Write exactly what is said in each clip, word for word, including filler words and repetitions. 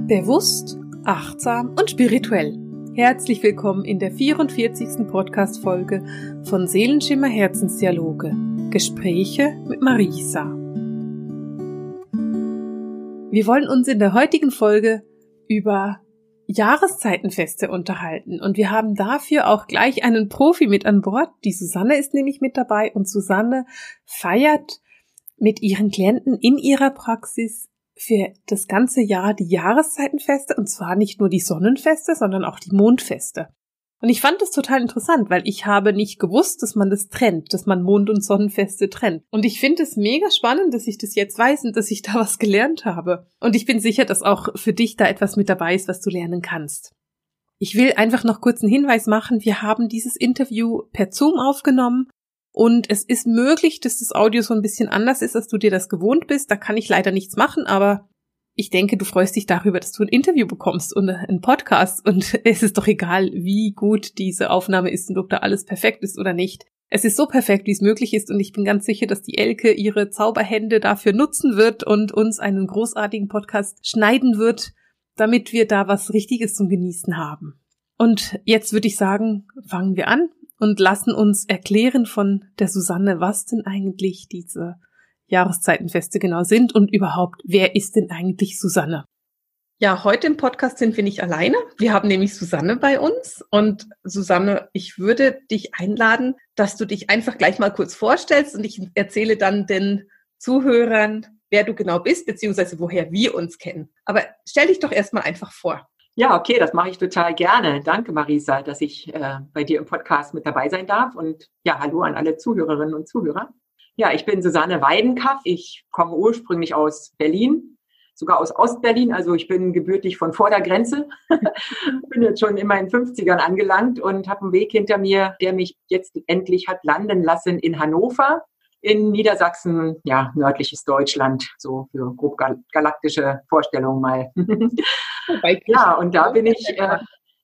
Bewusst, achtsam und spirituell. Herzlich willkommen in der vierundvierzigsten Podcast-Folge von Seelenschimmer Herzensdialoge. Gespräche mit Marisa. Wir wollen uns in der heutigen Folge über Jahreszeitenfeste unterhalten und wir haben dafür auch gleich einen Profi mit an Bord. Die Susanne ist nämlich mit dabei und Susanne feiert mit ihren Klienten in ihrer Praxis für das ganze Jahr die Jahreszeitenfeste, und zwar nicht nur die Sonnenfeste, sondern auch die Mondfeste. Und ich fand das total interessant, weil ich habe nicht gewusst, dass man das trennt, dass man Mond- und Sonnenfeste trennt. Und ich finde es mega spannend, dass ich das jetzt weiß und dass ich da was gelernt habe. Und ich bin sicher, dass auch für dich da etwas mit dabei ist, was du lernen kannst. Ich will einfach noch kurz einen Hinweis machen. Wir haben dieses Interview per Zoom aufgenommen. Und es ist möglich, dass das Audio so ein bisschen anders ist, als du dir das gewohnt bist. Da kann ich leider nichts machen, aber ich denke, du freust dich darüber, dass du ein Interview bekommst und einen Podcast. Und es ist doch egal, wie gut diese Aufnahme ist und ob da alles perfekt ist oder nicht. Es ist so perfekt, wie es möglich ist. Und ich bin ganz sicher, dass die Elke ihre Zauberhände dafür nutzen wird und uns einen großartigen Podcast schneiden wird, damit wir da was Richtiges zum Genießen haben. Und jetzt würde ich sagen, fangen wir an. Und lassen uns erklären von der Susanne, was denn eigentlich diese Jahreszeitenfeste genau sind und überhaupt, wer ist denn eigentlich Susanne? Ja, heute im Podcast sind wir nicht alleine. Wir haben nämlich Susanne bei uns. Und Susanne, ich würde dich einladen, dass du dich einfach gleich mal kurz vorstellst und ich erzähle dann den Zuhörern, wer du genau bist, beziehungsweise woher wir uns kennen. Aber stell dich doch erstmal einfach vor. Ja, okay, das mache ich total gerne. Danke, Marisa, dass ich äh, bei dir im Podcast mit dabei sein darf. Und ja, hallo an alle Zuhörerinnen und Zuhörer. Ja, ich bin Susanne Weidenkaff. Ich komme ursprünglich aus Berlin, sogar aus Ostberlin. Also ich bin gebürtig von vor der Grenze. Bin jetzt schon in meinen fünfzigern angelangt und habe einen Weg hinter mir, der mich jetzt endlich hat landen lassen in Hannover. In Niedersachsen, ja, nördliches Deutschland, so für grob gal- galaktische Vorstellungen mal. Ja, und da bin ich, äh,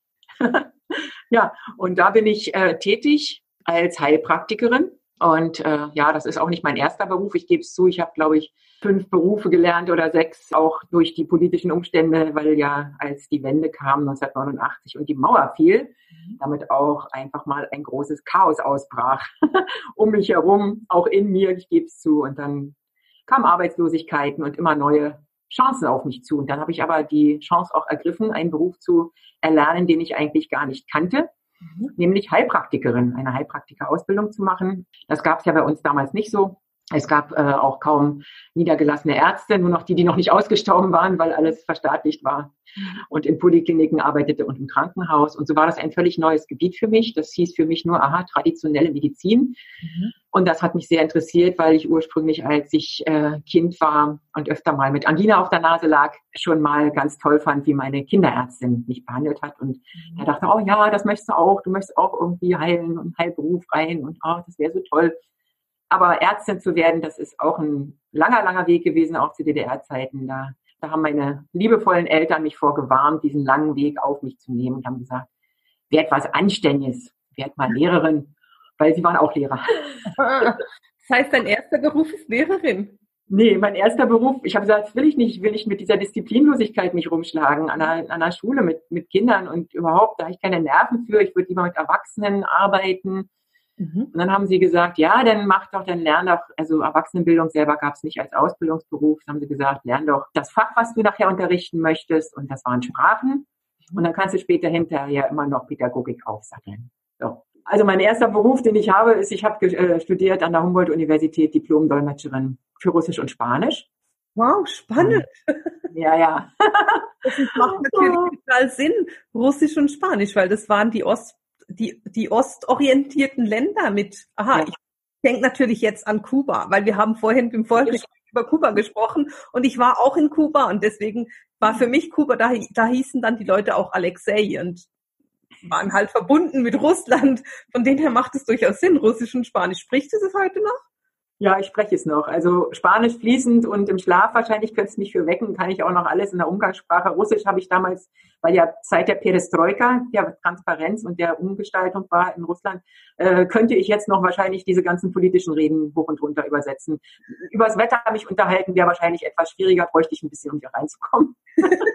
ja, und da bin ich äh, tätig als Heilpraktikerin. Und äh, ja, das ist auch nicht mein erster Beruf. Ich gebe es zu, ich habe, glaube ich, fünf Berufe gelernt oder sechs, auch durch die politischen Umstände, weil ja, als die Wende kam neunzehnhundertneunundachtzig und die Mauer fiel, damit auch einfach mal ein großes Chaos ausbrach. Um mich herum, auch in mir, ich gebe es zu. Und dann kamen Arbeitslosigkeiten und immer neue Chancen auf mich zu. Und dann habe ich aber die Chance auch ergriffen, einen Beruf zu erlernen, den ich eigentlich gar nicht kannte, mhm. nämlich Heilpraktikerin, eine Heilpraktikerausbildung zu machen. Das gab es ja bei uns damals nicht so. Es gab äh, auch kaum niedergelassene Ärzte, nur noch die, die noch nicht ausgestorben waren, weil alles verstaatlicht war und in Polikliniken arbeitete und im Krankenhaus. Und so war das ein völlig neues Gebiet für mich. Das hieß für mich nur, aha, traditionelle Medizin. Mhm. Und das hat mich sehr interessiert, weil ich ursprünglich, als ich äh, Kind war und öfter mal mit Angina auf der Nase lag, schon mal ganz toll fand, wie meine Kinderärztin mich behandelt hat. Und mhm. da dachte, oh ja, das möchtest du auch. Du möchtest auch irgendwie heilen und Heilberuf rein. Und oh, das wäre so toll. Aber Ärztin zu werden, das ist auch ein langer, langer Weg gewesen, auch zu D D R-Zeiten. Da, da haben meine liebevollen Eltern mich vorgewarnt, diesen langen Weg auf mich zu nehmen und haben gesagt, werd was Anständiges, werd mal Lehrerin, weil sie waren auch Lehrer. Das heißt, dein erster Beruf ist Lehrerin? Nee, mein erster Beruf, ich habe gesagt, das will ich nicht, ich will nicht mit dieser Disziplinlosigkeit mich rumschlagen an einer, an einer Schule mit, mit Kindern und überhaupt, da habe ich keine Nerven für, ich würde lieber mit Erwachsenen arbeiten. Mhm. Und dann haben sie gesagt, ja, dann mach doch, dann lern doch, also Erwachsenenbildung selber gab es nicht als Ausbildungsberuf, dann haben sie gesagt, lern doch das Fach, was du nachher unterrichten möchtest, und das waren Sprachen, und dann kannst du später hinterher immer noch Pädagogik aufsatteln. So. Also mein erster Beruf, den ich habe, ist, ich habe äh, studiert an der Humboldt-Universität, Diplom-Dolmetscherin für Russisch und Spanisch. Wow, spannend. Ja, ja. Das macht natürlich total Sinn, Russisch und Spanisch, weil das waren die Ost die die ostorientierten Länder mit, aha, ja. Ich denke natürlich jetzt an Kuba, weil wir haben vorhin im Vorgespräch über Kuba gesprochen und ich war auch in Kuba und deswegen war für mich Kuba, da, da hießen dann die Leute auch Alexei und waren halt verbunden mit Russland. Von denen her macht es durchaus Sinn, Russisch und Spanisch. Sprichst du das heute noch? Ja, ich spreche es noch. Also Spanisch fließend und im Schlaf wahrscheinlich könntest du mich für wecken, kann ich auch noch alles in der Umgangssprache. Russisch habe ich damals, weil ja Zeit der Perestroika, der Transparenz und der Umgestaltung war in Russland, äh, könnte ich jetzt noch wahrscheinlich diese ganzen politischen Reden hoch und runter übersetzen. Übers Wetter mich unterhalten wäre wahrscheinlich etwas schwieriger, bräuchte ich ein bisschen, um hier reinzukommen.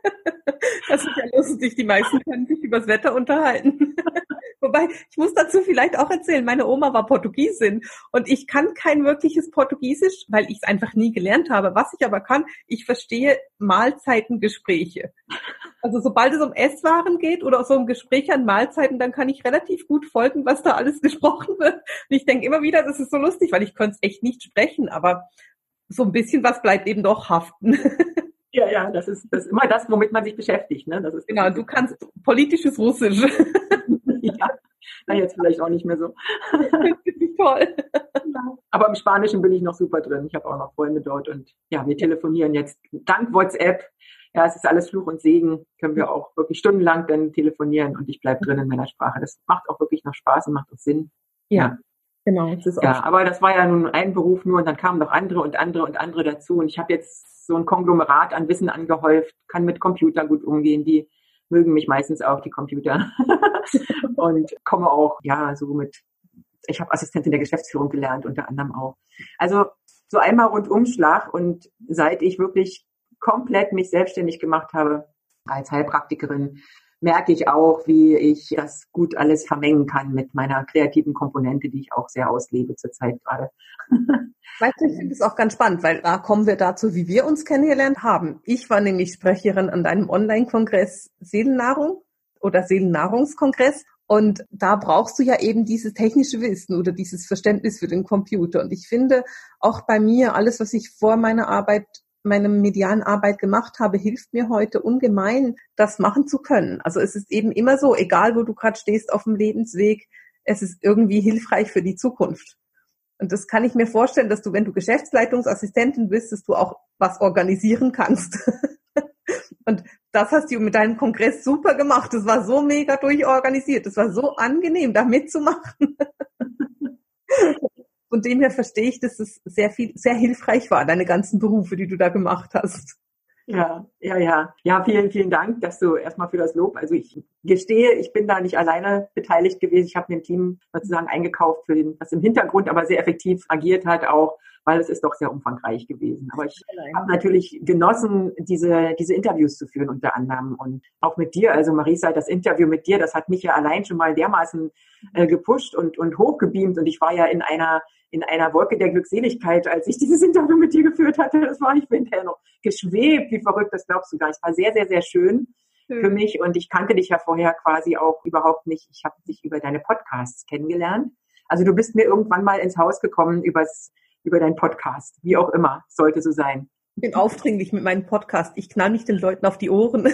Das ist ja lustig, die meisten können sich übers Wetter unterhalten. Wobei, ich muss dazu vielleicht auch erzählen, meine Oma war Portugiesin und ich kann kein wirkliches Portugiesisch, weil ich es einfach nie gelernt habe. Was ich aber kann, ich verstehe Mahlzeitengespräche. Also sobald es um Esswaren geht oder so um Gespräche an Mahlzeiten, dann kann ich relativ gut folgen, was da alles gesprochen wird. Und ich denke immer wieder, das ist so lustig, weil ich könnte es echt nicht sprechen, aber so ein bisschen was bleibt eben doch haften. Ja, ja, das ist, das ist immer das, womit man sich beschäftigt. Ne? Das ist, genau, du kannst politisches Russisch. Ja, na jetzt vielleicht auch nicht mehr so. Toll. Aber im Spanischen bin ich noch super drin. Ich habe auch noch Freunde dort und ja, wir telefonieren jetzt dank WhatsApp. Ja, es ist alles Fluch und Segen. Können wir auch wirklich stundenlang dann telefonieren und ich bleibe drin in meiner Sprache. Das macht auch wirklich noch Spaß und macht auch Sinn. Ja, ja. Genau. Das ist auch ja, aber das war ja nun ein Beruf nur und dann kamen noch andere und andere und andere dazu und ich habe jetzt so ein Konglomerat an Wissen angehäuft, kann mit Computer gut umgehen, die mögen mich meistens auch, die Computer. Und komme auch, ja, so mit, ich habe Assistentin der Geschäftsführung gelernt, unter anderem auch. Also so einmal Rundumschlag und seit ich wirklich komplett mich selbstständig gemacht habe als Heilpraktikerin, merke ich auch, wie ich das gut alles vermengen kann mit meiner kreativen Komponente, die ich auch sehr auslebe zurzeit gerade. Weißt du, ich finde es auch ganz spannend, weil da kommen wir dazu, wie wir uns kennengelernt haben. Ich war nämlich Sprecherin an deinem Online-Kongress Seelennahrung oder Seelennahrungskongress und da brauchst du ja eben dieses technische Wissen oder dieses Verständnis für den Computer. Und ich finde auch bei mir, alles, was ich vor meiner Arbeit meine medialen Arbeit gemacht habe, hilft mir heute ungemein, das machen zu können. Also es ist eben immer so, egal wo du gerade stehst auf dem Lebensweg, es ist irgendwie hilfreich für die Zukunft. Und das kann ich mir vorstellen, dass du, wenn du Geschäftsleitungsassistentin bist, dass du auch was organisieren kannst. Und das hast du mit deinem Kongress super gemacht. Das war so mega durchorganisiert. Das war so angenehm, da mitzumachen. Von dem her verstehe ich, dass es sehr viel, sehr hilfreich war, deine ganzen Berufe, die du da gemacht hast. Ja, ja, ja. Ja, vielen, vielen Dank, dass du erstmal für das Lob. Also ich gestehe, ich bin da nicht alleine beteiligt gewesen. Ich habe ein Team sozusagen eingekauft, für den, das im Hintergrund aber sehr effektiv agiert hat auch, weil es ist doch sehr umfangreich gewesen. Aber ich habe natürlich genossen, diese diese Interviews zu führen unter anderem und auch mit dir, also Marisa, das Interview mit dir, das hat mich ja allein schon mal dermaßen äh, gepusht und und hochgebeamt und ich war ja in einer in einer Wolke der Glückseligkeit, als ich dieses Interview mit dir geführt hatte. Das war, ich bin hinterher noch geschwebt, wie verrückt, das glaubst du gar nicht. Es war sehr, sehr, sehr schön mhm. für mich und ich kannte dich ja vorher quasi auch überhaupt nicht. Ich habe dich über deine Podcasts kennengelernt. Also du bist mir irgendwann mal ins Haus gekommen übers, über deinen Podcast, wie auch immer, sollte so sein. Ich bin aufdringlich mit meinem Podcast. Ich knall nicht den Leuten auf die Ohren.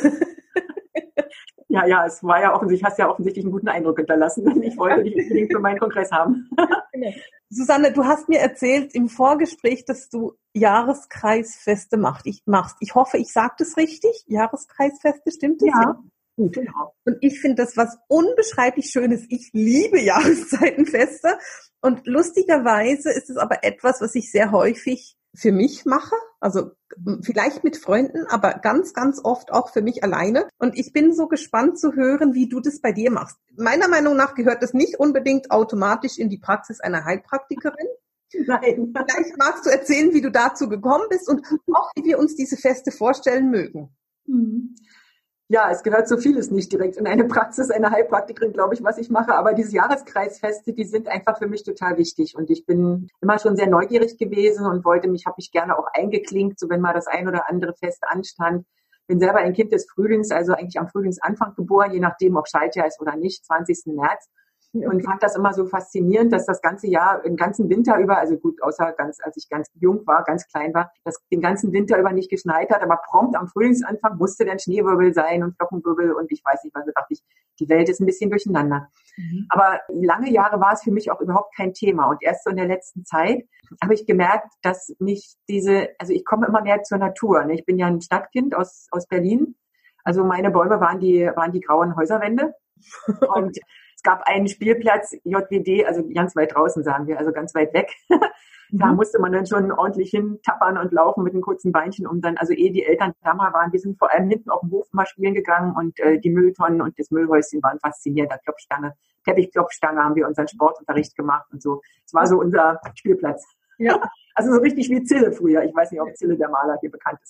Ja, ja, es war ja offensichtlich, hast ja offensichtlich einen guten Eindruck hinterlassen. Ich wollte dich unbedingt für meinen Kongress haben. Susanne, du hast mir erzählt im Vorgespräch, dass du Jahreskreisfeste machst. Ich, machst. ich hoffe, ich sage das richtig. Jahreskreisfeste, stimmt das? Ja. Gut, genau. Und ich finde das was unbeschreiblich Schönes. Ich liebe Jahreszeitenfeste. Und lustigerweise ist es aber etwas, was ich sehr häufig für mich mache. Also vielleicht mit Freunden, aber ganz, ganz oft auch für mich alleine. Und ich bin so gespannt zu hören, wie du das bei dir machst. Meiner Meinung nach gehört das nicht unbedingt automatisch in die Praxis einer Heilpraktikerin. Nein. Vielleicht magst du erzählen, wie du dazu gekommen bist und auch, wie wir uns diese Feste vorstellen mögen. Mhm. Ja, es gehört so vieles nicht direkt in eine Praxis, eine Heilpraktikerin, glaube ich, was ich mache. Aber diese Jahreskreisfeste, die sind einfach für mich total wichtig. Und ich bin immer schon sehr neugierig gewesen und wollte mich, habe mich gerne auch eingeklinkt, so wenn mal das ein oder andere Fest anstand. Bin selber ein Kind des Frühlings, also eigentlich am Frühlingsanfang geboren, je nachdem, ob Schaltjahr ist oder nicht, zwanzigsten März. Und fand das immer so faszinierend, dass das ganze Jahr, den ganzen Winter über, also gut, außer ganz, als ich ganz jung war, ganz klein war, dass den ganzen Winter über nicht geschneit hat, aber prompt am Frühlingsanfang musste dann Schneewirbel sein und Flockenwirbel und ich weiß nicht, was, da dachte ich, die Welt ist ein bisschen durcheinander. Mhm. Aber lange Jahre war es für mich auch überhaupt kein Thema und erst so in der letzten Zeit habe ich gemerkt, dass mich diese, also ich komme immer mehr zur Natur, ne? Ich bin ja ein Stadtkind aus, aus Berlin, also meine Bäume waren die, waren die grauen Häuserwände und es gab einen Spielplatz, J W D, also ganz weit draußen, sagen wir, also ganz weit weg. Da mhm. musste man dann schon ordentlich hintappern und laufen mit einem kurzen Beinchen, um dann, also ehe die Eltern da mal waren, wir sind vor allem hinten auf dem Hof mal spielen gegangen und äh, die Mülltonnen und das Müllhäuschen waren faszinierend, der Klopfstange, Teppichklopfstange haben wir unseren Sportunterricht gemacht und so. Es war so unser Spielplatz. Ja. Also so richtig wie Zille früher. Ich weiß nicht, ob Zille der Maler hier bekannt ist, aber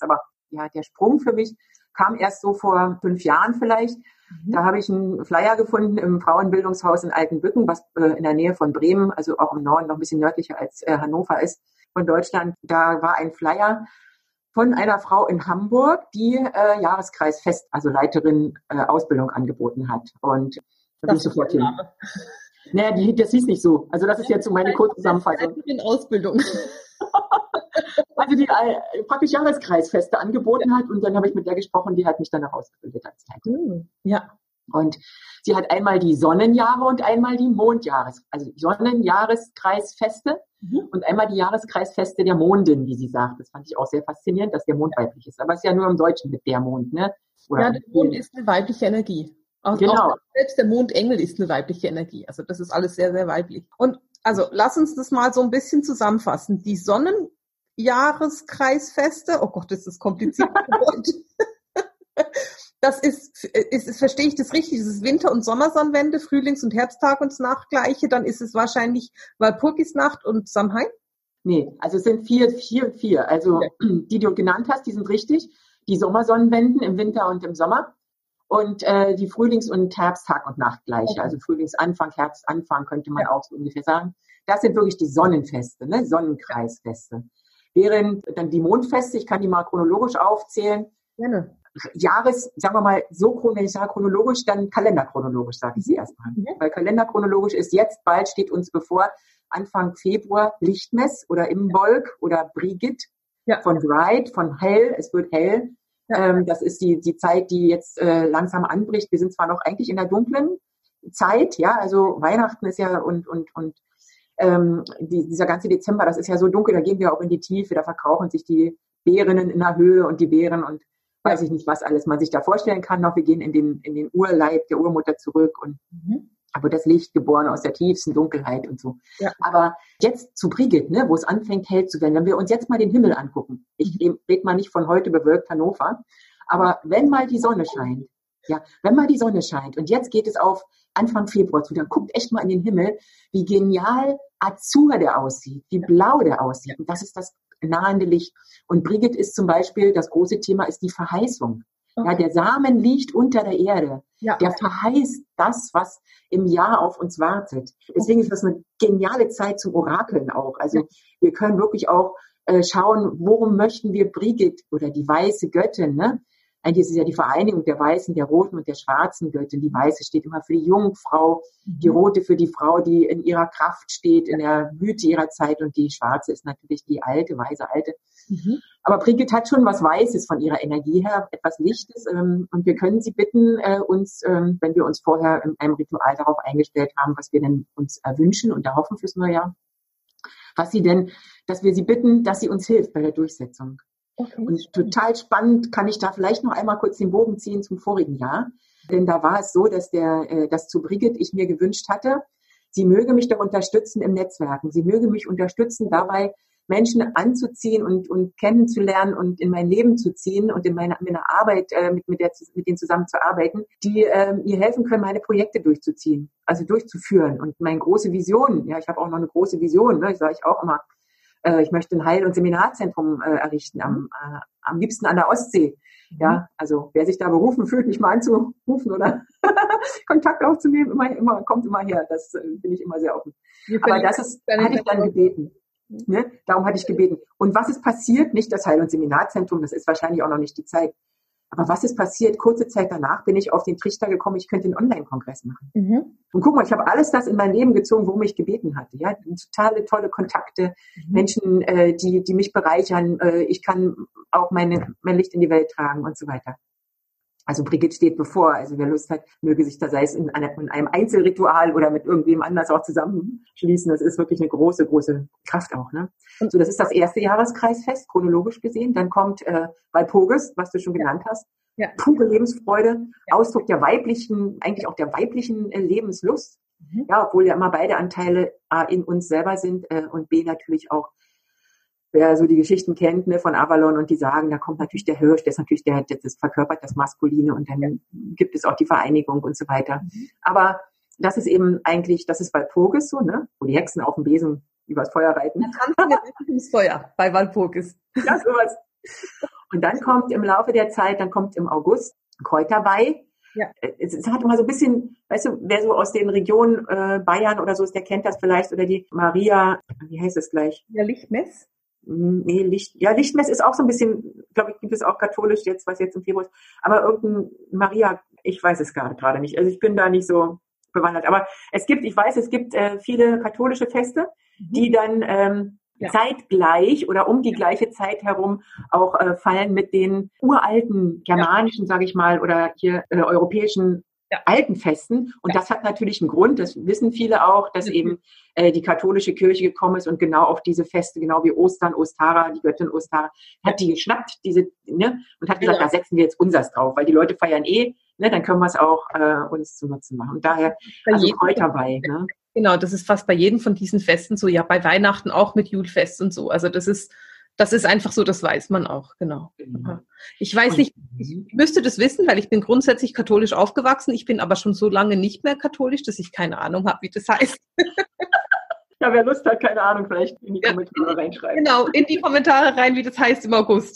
ja, der Sprung für mich kam erst so vor fünf Jahren vielleicht. Mhm. Da habe ich einen Flyer gefunden im Frauenbildungshaus in Altenbücken, was äh, in der Nähe von Bremen, also auch im Norden, noch ein bisschen nördlicher als äh, Hannover ist, von Deutschland. Da war ein Flyer von einer Frau in Hamburg, die äh, Jahreskreisfest, also Leiterin äh, Ausbildung angeboten hat. Und da bin ich sofort hin. Naja, die, das hieß nicht so. Also das ist jetzt so meine Kurzzusammenfassung. In Ausbildung. Also die äh, praktisch Jahreskreisfeste angeboten hat und dann habe ich mit der gesprochen, die hat mich dann auch ausgebildet als Leiterin. Ja. Und sie hat einmal die Sonnenjahre und einmal die Mondjahres, also die Sonnenjahreskreisfeste mhm. und einmal die Jahreskreisfeste der Mondin, wie sie sagt. Das fand ich auch sehr faszinierend, dass der Mond weiblich ist. Aber es ist ja nur im Deutschen mit der Mond, ne? Oder ja, der Mond ist eine weibliche Energie. Auch, genau. Auch selbst der Mondengel ist eine weibliche Energie. Also das ist alles sehr, sehr weiblich. Und also lass uns das mal so ein bisschen zusammenfassen. Die Sonnenjahreskreisfeste, oh Gott, das ist kompliziert. Das ist, ist, ist, verstehe ich das richtig? Das ist Winter- und Sommersonnenwende, Frühlings- und Herbsttag und Nachtgleiche. Dann ist es wahrscheinlich Walpurgisnacht und Samhain? Nee, also es sind vier, vier, vier. Also okay. Die, die du genannt hast, die sind richtig. Die Sommersonnenwenden im Winter und im Sommer. Und äh, die Frühlings- und Herbsttag und Nachtgleiche. Okay. Also Frühlingsanfang, Herbstanfang könnte man ja. auch so ungefähr sagen. Das sind wirklich die Sonnenfeste, ne? Sonnenkreisfeste. Während dann die Mondfeste, ich kann die mal chronologisch aufzählen. Gerne. Jahres, sagen wir mal, so wenn ich sage chronologisch, dann kalenderchronologisch, sage ich sie erstmal. Mhm. Weil kalenderchronologisch ist jetzt, bald steht uns bevor, Anfang Februar Lichtmess oder Imbolg oder Brigitte ja. von Bright, von hell, es wird hell. Ja. Ähm, das ist die, die Zeit, die jetzt äh, langsam anbricht. Wir sind zwar noch eigentlich in der dunklen Zeit, ja, also Weihnachten ist ja und, und, und ähm, die, dieser ganze Dezember, das ist ja so dunkel, da gehen wir auch in die Tiefe, da verkrauchen sich die Bärinnen in der Höhe und die Bären und weiß ich nicht, was alles man sich da vorstellen kann noch. Wir gehen in den, in den Urleib der Urmutter zurück und mhm. aber das Licht geboren aus der tiefsten Dunkelheit und so. Ja. Aber jetzt zu Brigitte, ne, wo es anfängt, hell zu werden, wenn wir uns jetzt mal den Himmel angucken. Ich mhm. rede mal nicht von heute bewölkt Hannover, aber wenn mal die Sonne scheint, ja, wenn mal die Sonne scheint und jetzt geht es auf Anfang Februar zu, dann guckt echt mal in den Himmel, wie genial azur der aussieht, wie blau der aussieht. Und das ist das nahende Licht. Und Brigitte ist zum Beispiel, das große Thema ist die Verheißung. Okay. Ja, der Samen liegt unter der Erde. Ja. Der verheißt das, was im Jahr auf uns wartet. Deswegen ist das eine geniale Zeit zum Orakeln auch. Also ja. wir können wirklich auch äh, schauen, worum möchten wir Brigitte oder die weiße Göttin, ne? Eigentlich ist es ja die Vereinigung der weißen, der roten und der schwarzen Göttin. Die weiße steht immer für die Jungfrau, mhm. die rote für die Frau, die in ihrer Kraft steht, in der Blüte ihrer Zeit, und die schwarze ist natürlich die alte, weise alte. Mhm. Aber Brigitte hat schon was Weißes von ihrer Energie her, etwas Lichtes, ähm, und wir können sie bitten, äh, uns, ähm, wenn wir uns vorher in einem Ritual darauf eingestellt haben, was wir denn uns erwünschen und erhoffen fürs neue Jahr, was sie denn, dass wir sie bitten, dass sie uns hilft bei der Durchsetzung. Okay. Und total spannend, kann ich da vielleicht noch einmal kurz den Bogen ziehen zum vorigen Jahr. Denn da war es so, dass der, äh, dass zu Brigitte ich mir gewünscht hatte, sie möge mich doch unterstützen im Netzwerken. Sie möge mich unterstützen dabei, Menschen anzuziehen und, und kennenzulernen und in mein Leben zu ziehen und in meine, meine Arbeit äh, mit, mit, der, mit denen zusammenzuarbeiten, die äh, mir helfen können, meine Projekte durchzuziehen, also durchzuführen. Und meine große Vision, ja, ich habe auch noch eine große Vision, ne, sage ich auch immer, ich möchte ein Heil- und Seminarzentrum äh, errichten, am, äh, am liebsten an der Ostsee. Mhm. Ja, also wer sich da berufen fühlt, mich mal anzurufen oder Kontakt aufzunehmen, immer, immer, kommt immer her. Das äh, bin ich immer sehr offen. Aber das ist, hatte ich dann gebeten. Ne? Darum hatte ich gebeten. Und was ist passiert? Nicht das Heil- und Seminarzentrum, das ist wahrscheinlich auch noch nicht die Zeit. Aber was ist passiert? Kurze Zeit danach bin ich auf den Trichter gekommen, ich könnte einen Online-Kongress machen. Mhm. Und guck mal, ich habe alles das in mein Leben gezogen, worum ich gebeten hatte. Ja, totale tolle Kontakte, mhm. Menschen, äh, die die mich bereichern. Äh, ich kann auch meine, mein Licht in die Welt tragen und so weiter. Also Brigitte steht bevor. Also wer Lust hat, möge sich da, sei es in, einer, in einem Einzelritual oder mit irgendwem anders auch zusammenschließen. Das ist wirklich eine große, große Kraft auch. Ne? So, das ist das erste Jahreskreisfest, chronologisch gesehen. Dann kommt äh, Walpurgis, was du schon genannt hast. Ja. Pure Lebensfreude, ja. Ausdruck der weiblichen, eigentlich auch der weiblichen äh, Lebenslust. Mhm. Ja, obwohl ja immer beide Anteile A in uns selber sind äh, und B natürlich auch, wer so die Geschichten kennt, ne, von Avalon, und die sagen, da kommt natürlich der Hirsch, der ist natürlich der, der das verkörpert das Maskuline, und dann ja. gibt es auch die Vereinigung und so weiter. Mhm. Aber das ist eben eigentlich, das ist Walpurgis so, ne, wo die Hexen auf dem Besen übers Feuer reiten. Da tanzen wir ums Feuer bei Walpurgis. Ja, sowas. Und dann kommt im Laufe der Zeit, dann kommt im August Kräuterweih. Ja. Es, es hat immer so ein bisschen, weißt du, wer so aus den Regionen äh, Bayern oder so ist, der kennt das vielleicht. Oder die Maria, wie heißt es gleich? Ja, Lichtmess? Nee, Licht, ja, Lichtmess ist auch so ein bisschen, glaube ich, gibt es auch katholisch jetzt, was jetzt im Februar ist. Aber irgendein Maria, ich weiß es gar gerade nicht. Also ich bin da nicht so bewandert. Aber es gibt, ich weiß, es gibt äh, viele katholische Feste, mhm. die dann ähm, ja. zeitgleich oder um die gleiche Zeit herum auch äh, fallen mit den uralten germanischen, ja. sage ich mal, oder hier äh, europäischen ja. alten Festen. Und ja. das hat natürlich einen Grund, das wissen viele auch, dass mhm. eben äh, die katholische Kirche gekommen ist und genau auf diese Feste, genau wie Ostern, Ostara, die Göttin Ostara, hat die geschnappt, diese, ne, und hat gesagt, ja. da setzen wir jetzt unsers drauf, weil die Leute feiern eh, ne, dann können wir es auch äh, uns zu Nutzen machen. Und daher, bei also Kräuterweih, ne? Genau, das ist fast bei jedem von diesen Festen so, ja, bei Weihnachten auch mit Julfest und so. Also das ist, das ist einfach so, das weiß man auch, genau. genau. Ich weiß nicht, ich müsste das wissen, weil ich bin grundsätzlich katholisch aufgewachsen. Ich bin aber schon so lange nicht mehr katholisch, dass ich keine Ahnung habe, wie das heißt. Ja, wer Lust hat, keine Ahnung, vielleicht in die ja, Kommentare reinschreiben. Genau, in die Kommentare rein, wie das heißt im August.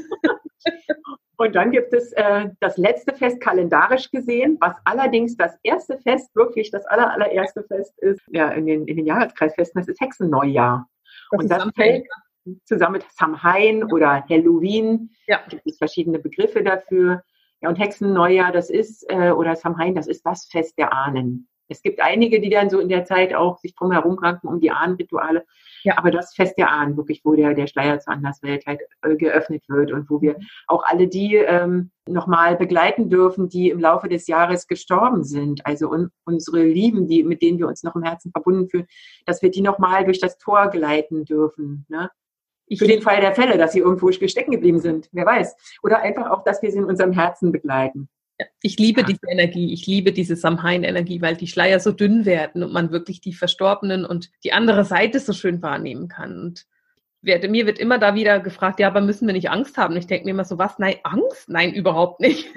Und dann gibt es äh, das letzte Fest kalendarisch gesehen, was allerdings das erste Fest, wirklich das aller, allererste Fest ist, ja, in den, in den Jahreskreisfesten, das ist Hexenneujahr. Das und das fällt zusammen mit Samhain ja. oder Halloween, ja. gibt es verschiedene Begriffe dafür. Ja, und Hexenneujahr, das ist, äh, oder Samhain, das ist das Fest der Ahnen. Es gibt einige, die dann so in der Zeit auch sich drum herum ranken um die Ahnenrituale. Ja. Aber das Fest der Ahnen, wirklich, wo der, der Schleier zur Anderswelt halt äh, geöffnet wird und wo wir auch alle die ähm, nochmal begleiten dürfen, die im Laufe des Jahres gestorben sind. Also un, unsere Lieben, die, mit denen wir uns noch im Herzen verbunden fühlen, dass wir die nochmal durch das Tor geleiten dürfen, ne? Für den Fall der Fälle, dass sie irgendwo stecken geblieben sind, wer weiß. Oder einfach auch, dass wir sie in unserem Herzen begleiten. Ich liebe diese Energie, ich liebe diese Samhain-Energie, weil die Schleier so dünn werden und man wirklich die Verstorbenen und die andere Seite so schön wahrnehmen kann. Und werde, mir wird immer da wieder gefragt, ja, aber müssen wir nicht Angst haben? Ich denke mir immer so, was? Nein, Angst? Nein, überhaupt nicht.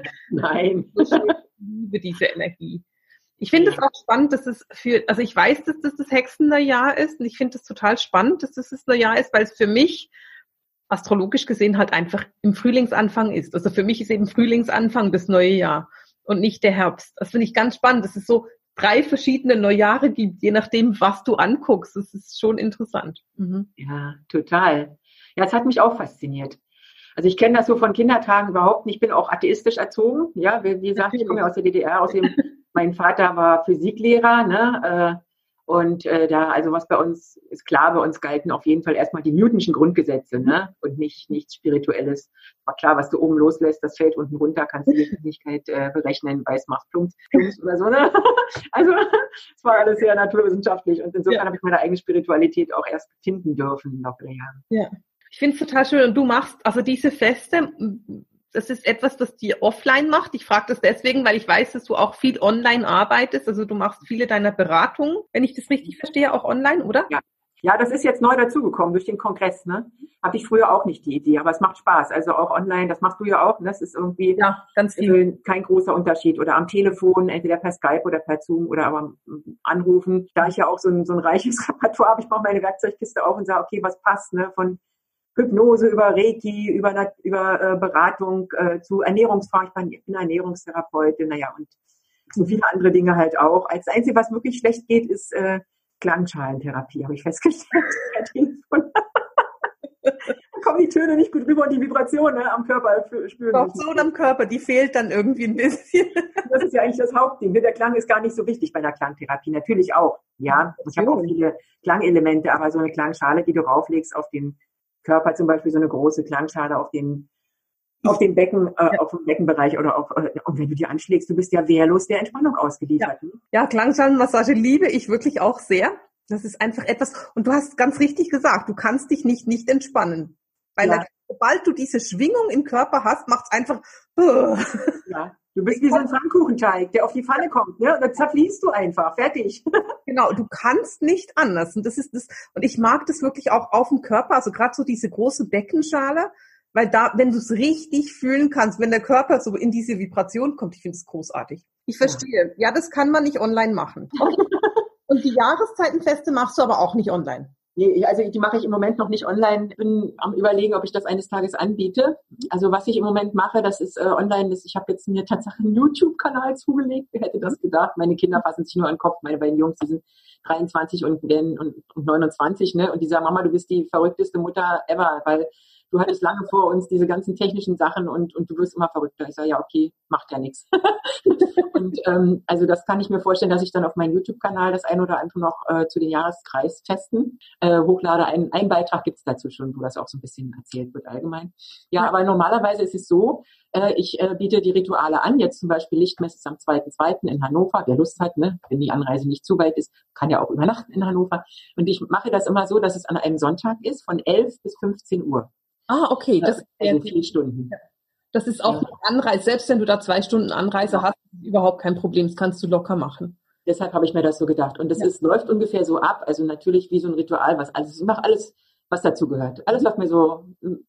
Nein. Ich liebe diese Energie. Ich finde es ja. auch spannend, dass es für, also ich weiß, dass das das Hexenneujahr ist und ich finde es total spannend, dass das das Neujahr ist, weil es für mich astrologisch gesehen halt einfach im Frühlingsanfang ist. Also für mich ist eben Frühlingsanfang das neue Jahr und nicht der Herbst. Das finde ich ganz spannend, dass es so drei verschiedene Neujahre gibt, je nachdem, was du anguckst. Das ist schon interessant. Mhm. Ja, total. Ja, es hat mich auch fasziniert. Also ich kenne das so von Kindertagen überhaupt nicht. Ich bin auch atheistisch erzogen. Ja, wie, wie gesagt, ich komme ja aus der D D R. Außerdem, mein Vater war Physiklehrer, ne? Und äh, da, also was bei uns ist klar, bei uns galten auf jeden Fall erstmal die Newtonschen Grundgesetze, ne? Und nicht nichts Spirituelles. War klar, was du oben loslässt, das fällt unten runter, kannst du die Geschwindigkeit äh, berechnen, weiß, machst plumps, plumps oder so, ne? Also es war alles sehr naturwissenschaftlich und insofern ja. habe ich meine eigene Spiritualität auch erst finden dürfen im Laufe der Jahre. Ja, ich finde es total schön. Und du machst also diese Feste, das ist etwas, das dir offline macht. Ich frage das deswegen, weil ich weiß, dass du auch viel online arbeitest. Also du machst viele deiner Beratungen, wenn ich das richtig verstehe, auch online, oder? Ja, ja, das ist jetzt neu dazugekommen durch den Kongress. Ne? Hatte ich früher auch nicht die Idee, aber es macht Spaß. Also auch online, das machst du ja auch. Ne? Das ist irgendwie ja, ganz viel. Äh, kein großer Unterschied. Oder am Telefon, entweder per Skype oder per Zoom oder aber anrufen. Da ich ja auch so ein, so ein reiches Repertoire habe, ich mache meine Werkzeugkiste auf und sage, okay, was passt, ne? Von Hypnose, über Reiki, über, über äh, Beratung äh, zu Ernährungsfragen. Ich bin Ernährungstherapeutin, naja, und so viele andere Dinge halt auch. Als Einzige, was wirklich schlecht geht, ist äh, Klangschalentherapie, habe ich festgestellt. Da kommen die Töne nicht gut rüber und die Vibrationen ne, am Körper spüren. Auch so am Körper, die fehlt dann irgendwie ein bisschen. Das ist ja eigentlich das Hauptding. Der Klang ist gar nicht so wichtig bei einer Klangtherapie. Natürlich auch, ja. Ich habe auch viele Klangelemente, aber so eine Klangschale, die du rauflegst auf den Körper, zum Beispiel so eine große Klangschale auf den auf den Becken, äh, ja. auf dem Beckenbereich oder auf, äh, und wenn du die anschlägst, du bist ja wehrlos der Entspannung ausgeliefert. Ja, ja, Klangschalenmassage liebe ich wirklich auch sehr. Das ist einfach etwas, und du hast ganz richtig gesagt, du kannst dich nicht nicht entspannen. Weil ja. da, sobald du diese Schwingung im Körper hast, macht's einfach uh. Ja, du bist wie so ein Pfannkuchenteig, der auf die Pfanne kommt, ne? Und dann zerfließt du einfach, fertig. Genau, du kannst nicht anders. Und das ist das, und ich mag das wirklich auch auf dem Körper, also gerade so diese große Beckenschale, weil da, wenn du es richtig fühlen kannst, wenn der Körper so in diese Vibration kommt, ich finde es großartig. Ich verstehe. Ja, das kann man nicht online machen. Und die Jahreszeitenfeste machst du aber auch nicht online. Nee, also die mache ich im Moment noch nicht online. Ich bin am Überlegen, ob ich das eines Tages anbiete. Also was ich im Moment mache, das ist äh, online. Das, ich habe jetzt mir tatsächlich einen YouTube-Kanal zugelegt. Wer hätte das gedacht? Meine Kinder fassen sich nur an den Kopf. Meine beiden Jungs, die sind dreiundzwanzig und, und, und neunundzwanzig. Ne? Und die sagen, Mama, du bist die verrückteste Mutter ever, weil du hattest lange vor uns diese ganzen technischen Sachen und, und du wirst immer verrückter. Ich sage, ja, okay, macht ja nichts. Und ähm, also das kann ich mir vorstellen, dass ich dann auf meinem YouTube-Kanal das ein oder andere noch äh, zu den Jahreskreisfesten äh, hochlade. Ein, ein Beitrag gibt's dazu schon, wo das auch so ein bisschen erzählt wird allgemein. Ja, ja. Aber normalerweise ist es so, äh, ich äh, biete die Rituale an. Jetzt zum Beispiel Lichtmesse ist am zweiten zweiten in Hannover. Wer Lust hat, ne, wenn die Anreise nicht zu weit ist, kann ja auch übernachten in Hannover. Und ich mache das immer so, dass es an einem Sonntag ist, von elf bis fünfzehn Uhr. Ah, okay. Das also vier Stunden. Ja. Das ist auch ja. Anreise. Selbst wenn du da zwei Stunden Anreise ja. hast, ist überhaupt kein Problem. Das kannst du locker machen. Deshalb habe ich mir das so gedacht. Und das ja. ist, läuft ungefähr so ab. Also natürlich wie so ein Ritual, was alles, ich mache alles, was dazu gehört. Alles, was mir so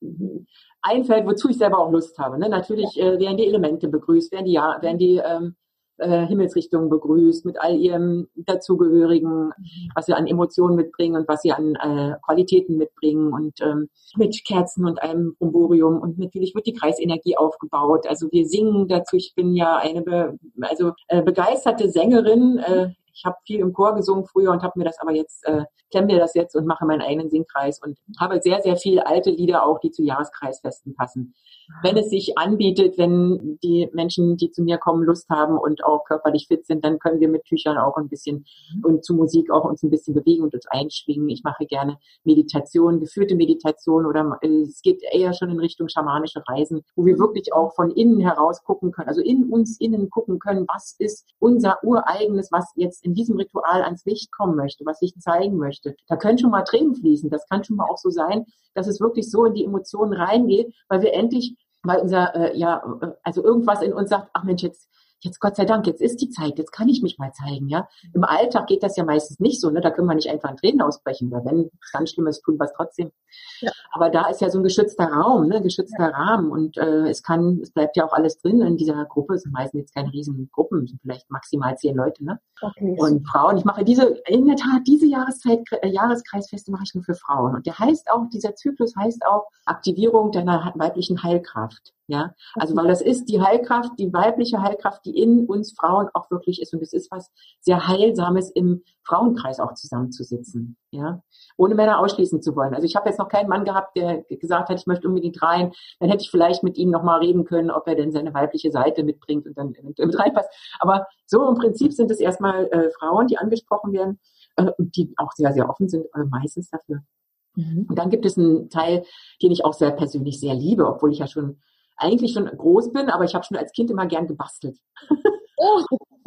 einfällt, wozu ich selber auch Lust habe. Ne? Natürlich ja. äh, werden die Elemente begrüßt, werden die, ja, werden die ähm, äh, Himmelsrichtungen begrüßt mit all ihrem dazugehörigen, mhm. was sie an Emotionen mitbringen und was sie an äh, Qualitäten mitbringen und ähm, mit Kerzen und einem Bromborium und natürlich wird die Kreisenergie aufgebaut. Also wir singen dazu. Ich bin ja eine be- also äh, begeisterte Sängerin. Äh, ich habe viel im Chor gesungen früher und habe mir das aber jetzt äh, klemme mir das jetzt und mache meinen eigenen Singkreis und habe sehr sehr viel alte Lieder auch, die zu Jahreskreisfesten passen. Wenn es sich anbietet, wenn die Menschen, die zu mir kommen, Lust haben und auch körperlich fit sind, dann können wir mit Tüchern auch ein bisschen und zu Musik auch uns ein bisschen bewegen und uns einschwingen. Ich mache gerne Meditation, geführte Meditation oder äh, es geht eher schon in Richtung schamanische Reisen, wo wir wirklich auch von innen heraus gucken können, also in uns innen gucken können, was ist unser ureigenes, was jetzt in diesem Ritual ans Licht kommen möchte, was sich zeigen möchte. Da können schon mal Tränen fließen. Das kann schon mal auch so sein, dass es wirklich so in die Emotionen reingeht, weil wir endlich weil unser, äh, ja, also irgendwas in uns sagt, ach Mensch, jetzt, jetzt Gott sei Dank, jetzt ist die Zeit, jetzt kann ich mich mal zeigen, ja. Im Alltag geht das ja meistens nicht so, ne, da können wir nicht einfach in Tränen ausbrechen, weil wenn es ganz Schlimmes tun, was trotzdem. Ja. Aber da ist ja so ein geschützter Raum, ne, geschützter ja. Rahmen und äh, es kann, es bleibt ja auch alles drin in dieser Gruppe, es sind meistens jetzt keine riesen Gruppen, es sind vielleicht maximal zehn Leute, ne. Okay. Und Frauen, ich mache diese, in der Tat, diese Jahreszeit, äh, Jahreskreisfeste mache ich nur für Frauen und der heißt auch, dieser Zyklus heißt auch Aktivierung deiner weiblichen Heilkraft. Ja, also weil das ist die Heilkraft, die weibliche Heilkraft, die in uns Frauen auch wirklich ist und es ist was sehr Heilsames im Frauenkreis auch zusammenzusitzen, ja, ohne Männer ausschließen zu wollen. Also ich habe jetzt noch keinen Mann gehabt, der gesagt hat, ich möchte unbedingt rein, dann hätte ich vielleicht mit ihm nochmal reden können, ob er denn seine weibliche Seite mitbringt und dann mit reinpasst. Aber so im Prinzip sind es erstmal äh, Frauen, die angesprochen werden äh, und die auch sehr, sehr offen sind, äh, meistens dafür. Mhm. Und dann gibt es einen Teil, den ich auch sehr persönlich sehr liebe, obwohl ich ja schon eigentlich schon groß bin, aber ich habe schon als Kind immer gern gebastelt. Oh,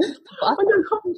und dann kommt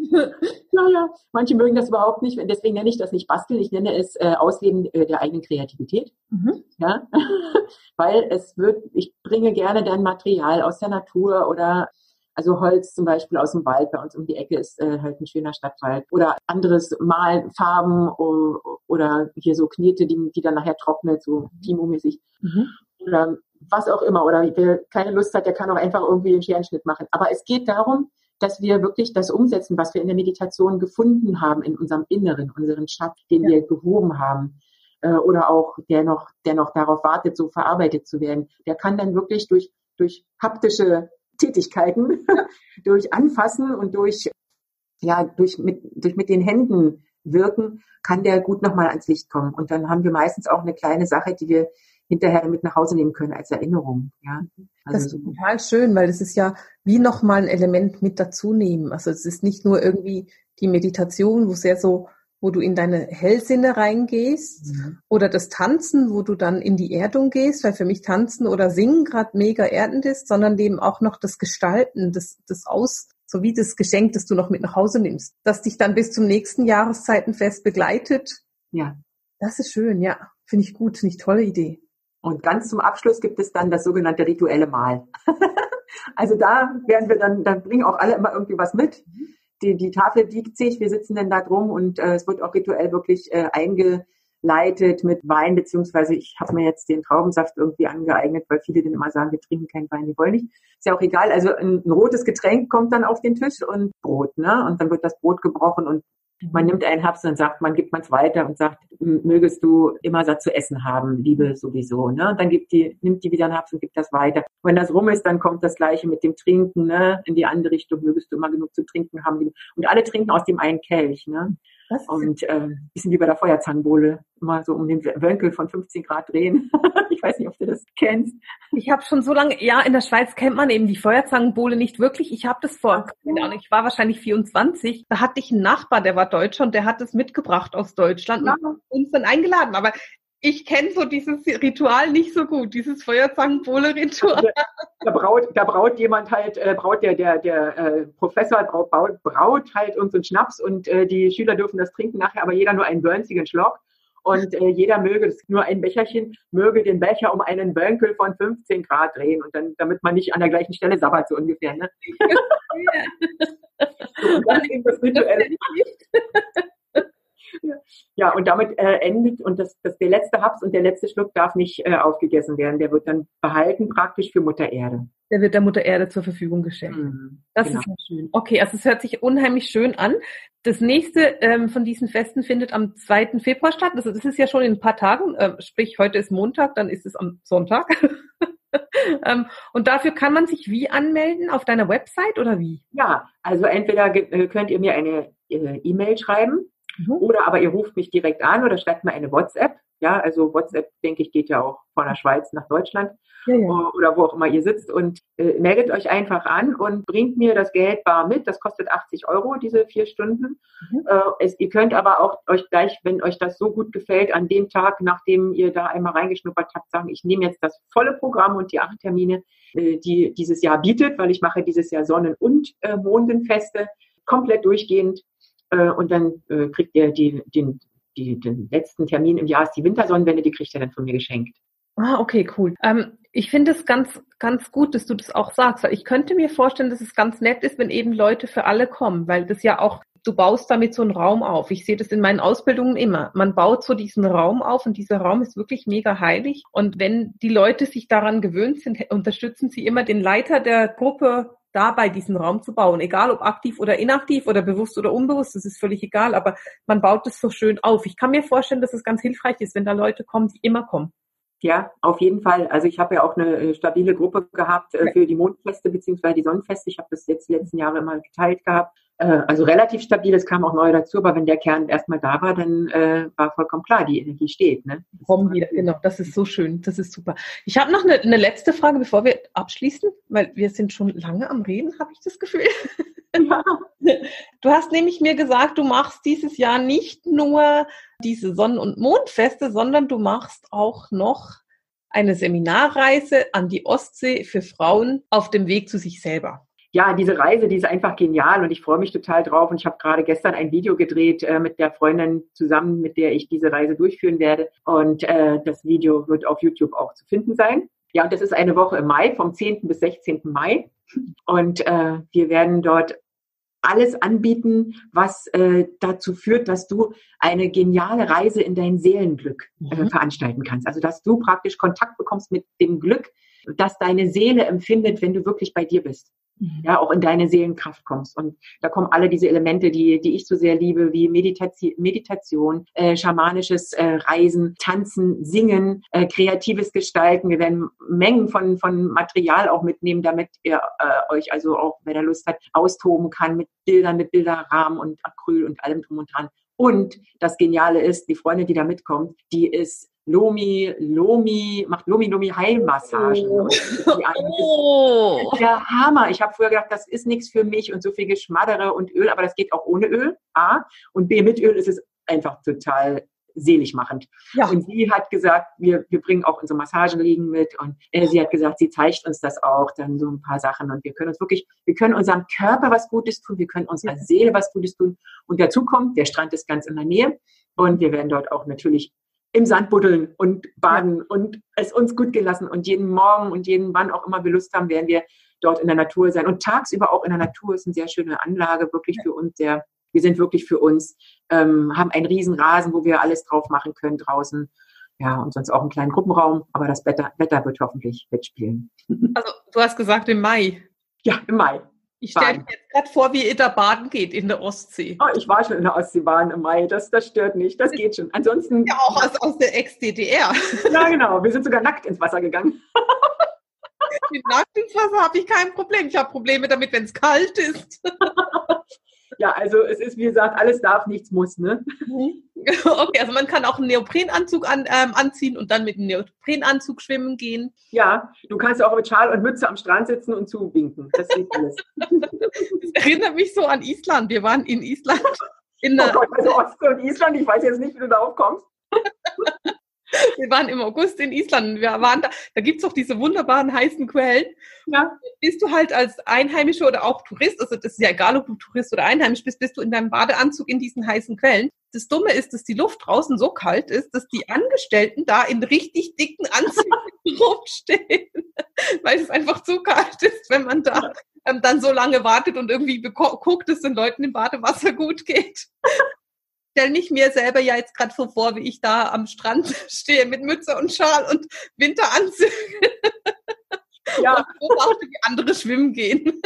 ja, ja, manche mögen das überhaupt nicht, deswegen nenne ich das nicht basteln, ich nenne es äh, Ausleben äh, der eigenen Kreativität. Mhm. Ja, weil es wird, ich bringe gerne dann Material aus der Natur oder also Holz zum Beispiel aus dem Wald, bei uns um die Ecke ist äh, halt ein schöner Stadtwald oder anderes Malen, Farben oder, oder hier so Knete, die, die dann nachher trocknet, so Timo-mäßig. Mhm. Oder was auch immer. Oder wer keine Lust hat, der kann auch einfach irgendwie einen Scherenschnitt machen. Aber es geht darum, dass wir wirklich das umsetzen, was wir in der Meditation gefunden haben in unserem Inneren, unseren Schatz, den ja. wir gehoben haben. Äh, oder auch der noch, der noch darauf wartet, so verarbeitet zu werden. Der kann dann wirklich durch, durch haptische Tätigkeiten, durch Anfassen und durch, ja, durch mit, durch mit den Händen wirken, kann der gut nochmal ans Licht kommen. Und dann haben wir meistens auch eine kleine Sache, die wir hinterher mit nach Hause nehmen können als Erinnerung. Ja, also das ist so total schön, weil das ist ja wie nochmal ein Element mit dazu nehmen. Also es ist nicht nur irgendwie die Meditation, wo sehr so, wo du in deine Hellsinne reingehst, mhm. oder das Tanzen, wo du dann in die Erdung gehst, weil für mich Tanzen oder Singen gerade mega erdend ist, sondern eben auch noch das Gestalten, das, das Aus, sowie das Geschenk, das du noch mit nach Hause nimmst, das dich dann bis zum nächsten Jahreszeitenfest begleitet. Ja. Das ist schön, ja. Finde ich gut, finde ich tolle Idee. Und ganz zum Abschluss gibt es dann das sogenannte rituelle Mahl. Also da werden wir dann, dann bringen auch alle immer irgendwie was mit. Die, die Tafel wiegt sich, wir sitzen dann da drum und äh, es wird auch rituell wirklich äh, eingeleitet mit Wein, beziehungsweise ich habe mir jetzt den Traubensaft irgendwie angeeignet, weil viele dann immer sagen, wir trinken keinen Wein, die wollen nicht. Ist ja auch egal, also ein, ein rotes Getränk kommt dann auf den Tisch und Brot, ne? Und dann wird das Brot gebrochen und Man nimmt einen Haps und sagt, man gibt man es weiter und sagt, mögest du immer satt zu essen haben, Liebe sowieso, ne? Und dann gibt die, nimmt die wieder einen Haps und gibt das weiter. Wenn das rum ist, dann kommt das Gleiche mit dem Trinken, ne? In die andere Richtung, mögest du immer genug zu trinken haben. Und alle trinken aus dem einen Kelch, ne? Und äh, bisschen wie bei der Feuerzangenbowle, immer so um den Wönkel von fünfzehn Grad drehen. Ich weiß nicht, ob du das kennst. Ich habe schon so lange, ja, in der Schweiz kennt man eben die Feuerzangenbowle nicht wirklich. Ich habe das vor, keine Ahnung, ich war wahrscheinlich vierundzwanzig, da hatte ich einen Nachbar, der war Deutscher und der hat das mitgebracht aus Deutschland ja. und uns dann eingeladen. Aber ich kenne so dieses Ritual nicht so gut, dieses Feuerzangenbowle-Ritual. Da, da braut, da braut jemand halt, äh, braut der, der, der äh, Professor braut, braut, braut halt uns einen Schnaps und äh, die Schüler dürfen das trinken nachher, aber jeder nur einen börnzigen Schluck. Und äh, jeder möge, das ist nur ein Becherchen, möge den Becher um einen Wönkel von fünfzehn Grad drehen und dann, damit man nicht an der gleichen Stelle sabbert, so ungefähr, ne? So, und dann eben das Rituelle. Ja, und damit äh, endet, und das, das der letzte Haps und der letzte Schluck darf nicht äh, aufgegessen werden. Der wird dann behalten praktisch für Mutter Erde. Der wird der Mutter Erde zur Verfügung gestellt. Mhm, das genau. Ist ja schön. Okay, also es hört sich unheimlich schön an. Das nächste ähm, von diesen Festen findet am zweiten Februar statt. Also das ist ja schon in ein paar Tagen. Äh, sprich, heute ist Montag, dann ist es am Sonntag. ähm, und dafür kann man sich wie anmelden? Auf deiner Website oder wie? Ja, also entweder äh, könnt ihr mir eine äh, E-Mail schreiben. Mhm. Oder aber ihr ruft mich direkt an oder schreibt mir eine WhatsApp. Ja, also WhatsApp, denke ich, geht ja auch von der Schweiz nach Deutschland ja, ja. oder wo auch immer ihr sitzt und äh, meldet euch einfach an und bringt mir das Geld bar mit. Das kostet achtzig Euro, diese vier Stunden. Mhm. Äh, es, ihr könnt aber auch euch gleich, wenn euch das so gut gefällt, an dem Tag, nachdem ihr da einmal reingeschnuppert habt, sagen, ich nehme jetzt das volle Programm und die acht Termine, äh, die dieses Jahr bietet, weil ich mache dieses Jahr Sonnen- und äh, Mondenfeste komplett durchgehend. Und dann äh, kriegt ihr die, den, die, den letzten Termin im Jahr, ist die Wintersonnenwende, die kriegt ihr dann von mir geschenkt. Ah, okay, cool. Ähm, ich finde es ganz, ganz gut, dass du das auch sagst, weil ich könnte mir vorstellen, dass es ganz nett ist, wenn eben Leute für alle kommen, weil das ja auch, du baust damit so einen Raum auf. Ich sehe das in meinen Ausbildungen immer. Man baut so diesen Raum auf und dieser Raum ist wirklich mega heilig. Und wenn die Leute sich daran gewöhnt sind, unterstützen sie immer den Leiter der Gruppe, dabei diesen Raum zu bauen, egal ob aktiv oder inaktiv oder bewusst oder unbewusst, das ist völlig egal, aber man baut es so schön auf. Ich kann mir vorstellen, dass es ganz hilfreich ist, wenn da Leute kommen, die immer kommen. Ja, auf jeden Fall. Also ich habe ja auch eine stabile Gruppe gehabt äh, für die Mondfeste beziehungsweise die Sonnenfeste. Ich habe das jetzt die letzten Jahre immer geteilt gehabt. Äh, also relativ stabil, es kam auch neu dazu, aber wenn der Kern erstmal da war, dann äh, war vollkommen klar, die Energie steht. Ne? Kommen wieder, genau, das ist so schön, das ist super. Ich habe noch eine, eine letzte Frage, bevor wir abschließen, weil wir sind schon lange am Reden, habe ich das Gefühl. Ja. Du hast nämlich mir gesagt, du machst dieses Jahr nicht nur diese Sonnen- und Mondfeste, sondern du machst auch noch eine Seminarreise an die Ostsee für Frauen auf dem Weg zu sich selber. Ja, diese Reise, die ist einfach genial und ich freue mich total drauf. Und ich habe gerade gestern ein Video gedreht äh, mit der Freundin zusammen, mit der ich diese Reise durchführen werde. Und äh, das Video wird auf YouTube auch zu finden sein. Ja, und das ist eine Woche im Mai, vom zehnten bis sechzehnten Mai. Und äh, wir werden dort alles anbieten, was äh, dazu führt, dass du eine geniale Reise in dein Seelenglück äh, mhm. veranstalten kannst. Also, dass du praktisch Kontakt bekommst mit dem Glück, das deine Seele empfindet, wenn du wirklich bei dir bist. Mhm. Ja, auch in deine Seelenkraft kommst. Und da kommen alle diese Elemente, die die ich so sehr liebe, wie Meditati- Meditation, äh, schamanisches äh, Reisen, Tanzen, Singen, äh, kreatives Gestalten. Wir werden Mengen von von Material auch mitnehmen, damit ihr äh, euch also auch, wer da Lust hat, austoben kann mit Bildern, mit Bilderrahmen und Acryl und allem drum und dran. Und das Geniale ist, die Freundin, die da mitkommt, die ist Lomi, Lomi, macht Lomi, Lomi Heilmassagen. Oh. Oh. Das ist der Hammer. Ich habe früher gedacht, das ist nichts für mich und so viel Geschmaddere und Öl, aber das geht auch ohne Öl. A. Und B, mit Öl ist es einfach total selig machend. Ja. Und sie hat gesagt, wir, wir bringen auch unsere Massagenliegen mit und äh, sie hat gesagt, sie zeigt uns das auch, dann so ein paar Sachen und wir können uns wirklich, wir können unserem Körper was Gutes tun, wir können unserer ja. Seele was Gutes tun und dazu kommt, der Strand ist ganz in der Nähe und wir werden dort auch natürlich im Sand buddeln und baden ja. und es uns gut gehen lassen und jeden Morgen und jeden wann auch immer wir Lust haben, werden wir dort in der Natur sein und tagsüber auch in der Natur ist eine sehr schöne Anlage, wirklich ja. für uns sehr. Wir sind wirklich für uns, ähm, haben einen riesen Rasen, wo wir alles drauf machen können draußen. Ja, und sonst auch einen kleinen Gruppenraum. Aber das Wetter, Wetter wird hoffentlich mitspielen. Also du hast gesagt im Mai. Ja, im Mai. Ich stelle mir jetzt gerade vor, wie ihr da baden geht in der Ostsee. Oh, ich war schon in der Ostseebahn im Mai, das, das stört nicht, das geht schon. Ansonsten... Ja, auch aus, aus der Ex-D D R. Ja, genau, wir sind sogar nackt ins Wasser gegangen. Mit nackt ins Wasser habe ich kein Problem. Ich habe Probleme damit, wenn es kalt ist. Ja, also es ist, wie gesagt, alles darf, nichts muss, ne? Okay, also man kann auch einen Neoprenanzug an, ähm, anziehen und dann mit einem Neoprenanzug schwimmen gehen. Ja, du kannst auch mit Schal und Mütze am Strand sitzen und zuwinken. Das geht alles. Das erinnert mich so an Island. Wir waren in Island. In oh Gott, also Ostsee und Island, ich weiß jetzt nicht, wie du darauf kommst. Wir waren im August in Island. Wir waren da, da gibt es auch diese wunderbaren heißen Quellen. Ja. Bist du halt als Einheimischer oder auch Tourist, also das ist ja egal, ob du Tourist oder Einheimisch bist, bist du in deinem Badeanzug in diesen heißen Quellen. Das Dumme ist, dass die Luft draußen so kalt ist, dass die Angestellten da in richtig dicken Anzügen rumstehen, weil es einfach zu kalt ist, wenn man da ähm, dann so lange wartet und irgendwie guckt, dass es den Leuten im Badewasser gut geht. Stelle ich mir selber ja jetzt gerade so vor, wie ich da am Strand stehe mit Mütze und Schal und Winteranzügen. Ja. Und beobachte, wie andere schwimmen gehen.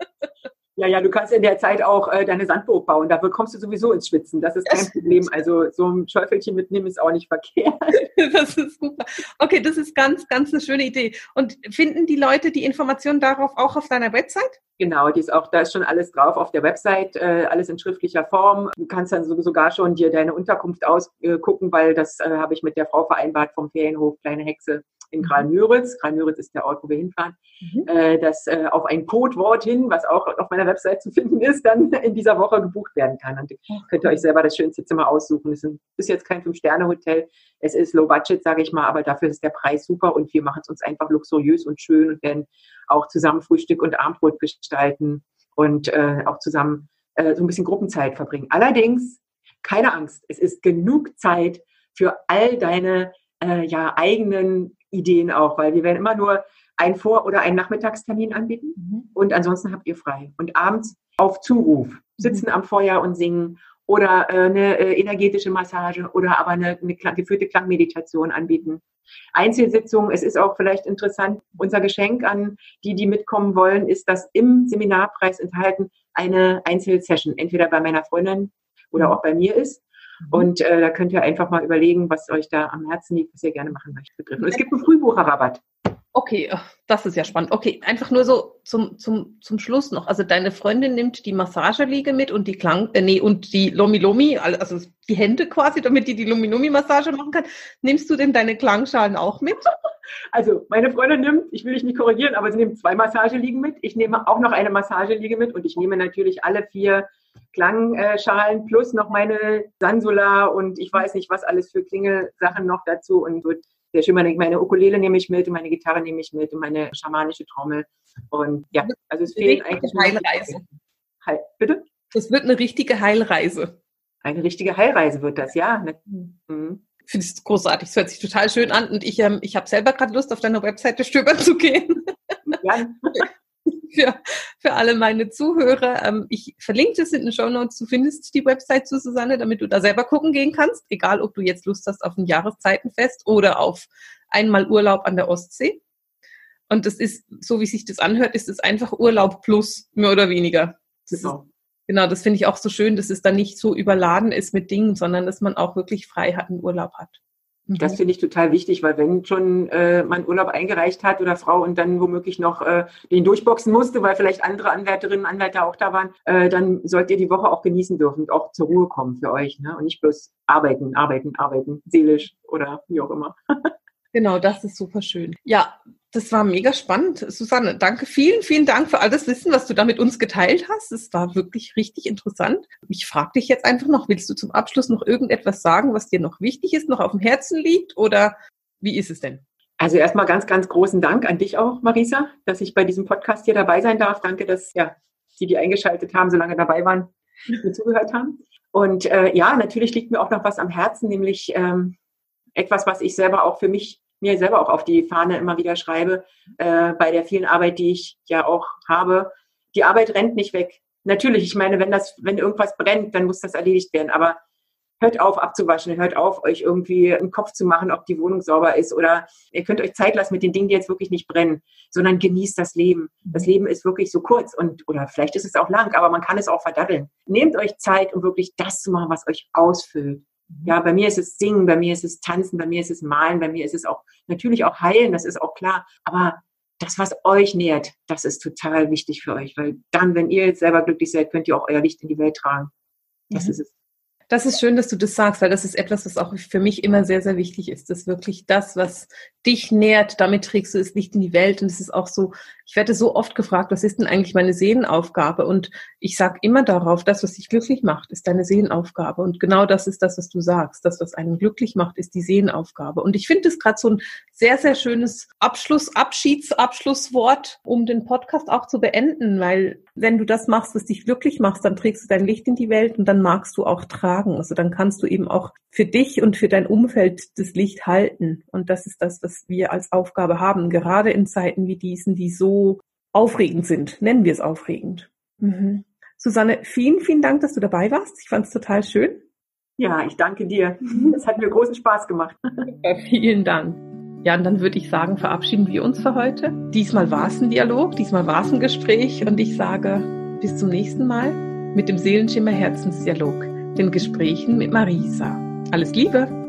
Ja, ja, du kannst in der Zeit auch äh, deine Sandburg bauen. Da kommst du sowieso ins Schwitzen. Das ist kein Problem. Also so ein Schäufelchen mitnehmen ist auch nicht verkehrt. Das ist super. Okay, das ist ganz, ganz eine schöne Idee. Und finden die Leute die Informationen darauf auch auf deiner Website? Genau, die ist auch, da ist schon alles drauf auf der Website, äh, alles in schriftlicher Form. Du kannst dann sogar schon dir deine Unterkunft ausgucken, äh, weil das äh, habe ich mit der Frau vereinbart vom Ferienhof Kleine Hexe in Kralmüritz. Kralmüritz ist der Ort, wo wir hinfahren. Mhm. Äh, dass äh, auf ein Codewort hin, was auch auf meiner Website zu finden ist, dann in dieser Woche gebucht werden kann. Und okay. Könnt ihr euch selber das schönste Zimmer aussuchen. Es ist jetzt kein Fünf-Sterne-Hotel. Es ist Low Budget, sage ich mal, aber dafür ist der Preis super und wir machen es uns einfach luxuriös und schön und werden auch zusammen Frühstück und Abendbrot gestalten und äh, auch zusammen äh, so ein bisschen Gruppenzeit verbringen. Allerdings, keine Angst, es ist genug Zeit für all deine äh, ja, eigenen Ideen auch, weil wir werden immer nur einen Vor- oder einen Nachmittagstermin anbieten mhm. und ansonsten habt ihr frei. Und abends auf Zuruf sitzen mhm. am Feuer und singen oder äh, eine äh, energetische Massage oder aber eine, eine geführte Klangmeditation anbieten. Einzelsitzungen, es ist auch vielleicht interessant, unser Geschenk an die, die mitkommen wollen, ist, dass im Seminarpreis enthalten eine Einzelsession, entweder bei meiner Freundin oder auch bei mir ist. Und äh, da könnt ihr einfach mal überlegen, was euch da am Herzen liegt, was ihr gerne machen möchtet. Und es gibt einen Frühbucherrabatt. Okay, das ist ja spannend. Okay, einfach nur so zum zum zum Schluss noch. Also deine Freundin nimmt die Massageliege mit und die Klang, äh, nee, und die Lomi Lomi, also die Hände quasi, damit die die Lomi Lomi Massage machen kann. Nimmst du denn deine Klangschalen auch mit? Also meine Freundin nimmt, ich will dich nicht korrigieren, aber sie nimmt zwei Massageliegen mit. Ich nehme auch noch eine Massageliege mit und ich nehme natürlich alle vier Klangschalen plus noch meine Sansula und ich weiß nicht, was alles für Klingelsachen noch dazu und wird sehr schön. Meine, meine Ukulele nehme ich mit und meine Gitarre nehme ich mit und meine schamanische Trommel. Und ja, also es fehlen eigentlich nur Heilreise. Heil, bitte? Das wird eine richtige Heilreise. Eine richtige Heilreise wird das, ja. Mhm. Finde ich großartig. Es hört sich total schön an und ich, ähm, ich habe selber gerade Lust, auf deiner Webseite stöbern zu gehen. Ja. für, für alle meine Zuhörer. Ähm, ich verlinke das in den Shownotes. Du findest die Website zu Susanne, damit du da selber gucken gehen kannst. Egal, ob du jetzt Lust hast auf ein Jahreszeitenfest oder auf einmal Urlaub an der Ostsee. Und das ist, so wie sich das anhört, ist es einfach Urlaub plus, mehr oder weniger. Das genau. Ist, genau, das finde ich auch so schön, dass es dann nicht so überladen ist mit Dingen, sondern dass man auch wirklich frei hat, einen Urlaub hat. Das finde ich total wichtig, weil wenn schon äh, man Urlaub eingereicht hat oder Frau und dann womöglich noch äh, den durchboxen musste, weil vielleicht andere Anwärterinnen und Anwärter auch da waren, äh, dann sollt ihr die Woche auch genießen dürfen und auch zur Ruhe kommen für euch, ne? Und nicht bloß arbeiten, arbeiten, arbeiten, seelisch oder wie auch immer. Genau, das ist super schön. Ja, das war mega spannend. Susanne, danke, vielen, vielen Dank für all das Wissen, was du da mit uns geteilt hast. Es war wirklich richtig interessant. Ich frage dich jetzt einfach noch, willst du zum Abschluss noch irgendetwas sagen, was dir noch wichtig ist, noch auf dem Herzen liegt oder wie ist es denn? Also erstmal ganz, ganz großen Dank an dich auch, Marisa, dass ich bei diesem Podcast hier dabei sein darf. Danke, dass ja Sie, die eingeschaltet haben, so lange dabei waren, mir zugehört haben. Und äh, ja, natürlich liegt mir auch noch was am Herzen, nämlich ähm, etwas, was ich selber auch für mich mir selber auch auf die Fahne immer wieder schreibe, äh, bei der vielen Arbeit, die ich ja auch habe. Die Arbeit rennt nicht weg. Natürlich, ich meine, wenn das, wenn irgendwas brennt, dann muss das erledigt werden. Aber hört auf abzuwaschen, hört auf, euch irgendwie einen Kopf zu machen, ob die Wohnung sauber ist oder ihr könnt euch Zeit lassen mit den Dingen, die jetzt wirklich nicht brennen, sondern genießt das Leben. Das Leben ist wirklich so kurz und oder vielleicht ist es auch lang, aber man kann es auch verdaddeln. Nehmt euch Zeit, um wirklich das zu machen, was euch ausfüllt. Ja, bei mir ist es Singen, bei mir ist es Tanzen, bei mir ist es Malen, bei mir ist es auch natürlich auch Heilen, das ist auch klar. Aber das, was euch nährt, das ist total wichtig für euch, weil dann, wenn ihr jetzt selber glücklich seid, könnt ihr auch euer Licht in die Welt tragen. Das Mhm. ist es. Das ist schön, dass du das sagst, weil das ist etwas, was auch für mich immer sehr, sehr wichtig ist. Das ist wirklich das, was dich nährt, damit trägst du das Licht in die Welt. Und es ist auch so, ich werde so oft gefragt, was ist denn eigentlich meine Seelenaufgabe? Und ich sage immer darauf, das, was dich glücklich macht, ist deine Seelenaufgabe. Und genau das ist das, was du sagst. Das, was einen glücklich macht, ist die Seelenaufgabe. Und ich finde es gerade so ein sehr, sehr schönes Abschluss, Abschieds, Abschlusswort, um den Podcast auch zu beenden, weil wenn du das machst, was dich glücklich macht, dann trägst du dein Licht in die Welt und dann magst du auch tragen. Also dann kannst du eben auch für dich und für dein Umfeld das Licht halten. Und das ist das, was wir als Aufgabe haben, gerade in Zeiten wie diesen, die so aufregend sind. Nennen wir es aufregend. Mhm. Susanne, vielen, vielen Dank, dass du dabei warst. Ich fand es total schön. Ja, ich danke dir. Es hat mir großen Spaß gemacht. Ja, vielen Dank. Ja, und dann würde ich sagen, verabschieden wir uns für heute. Diesmal war es ein Dialog, diesmal war es ein Gespräch und ich sage bis zum nächsten Mal mit dem Seelenschimmer Herzensdialog, den Gesprächen mit Marisa. Alles Liebe!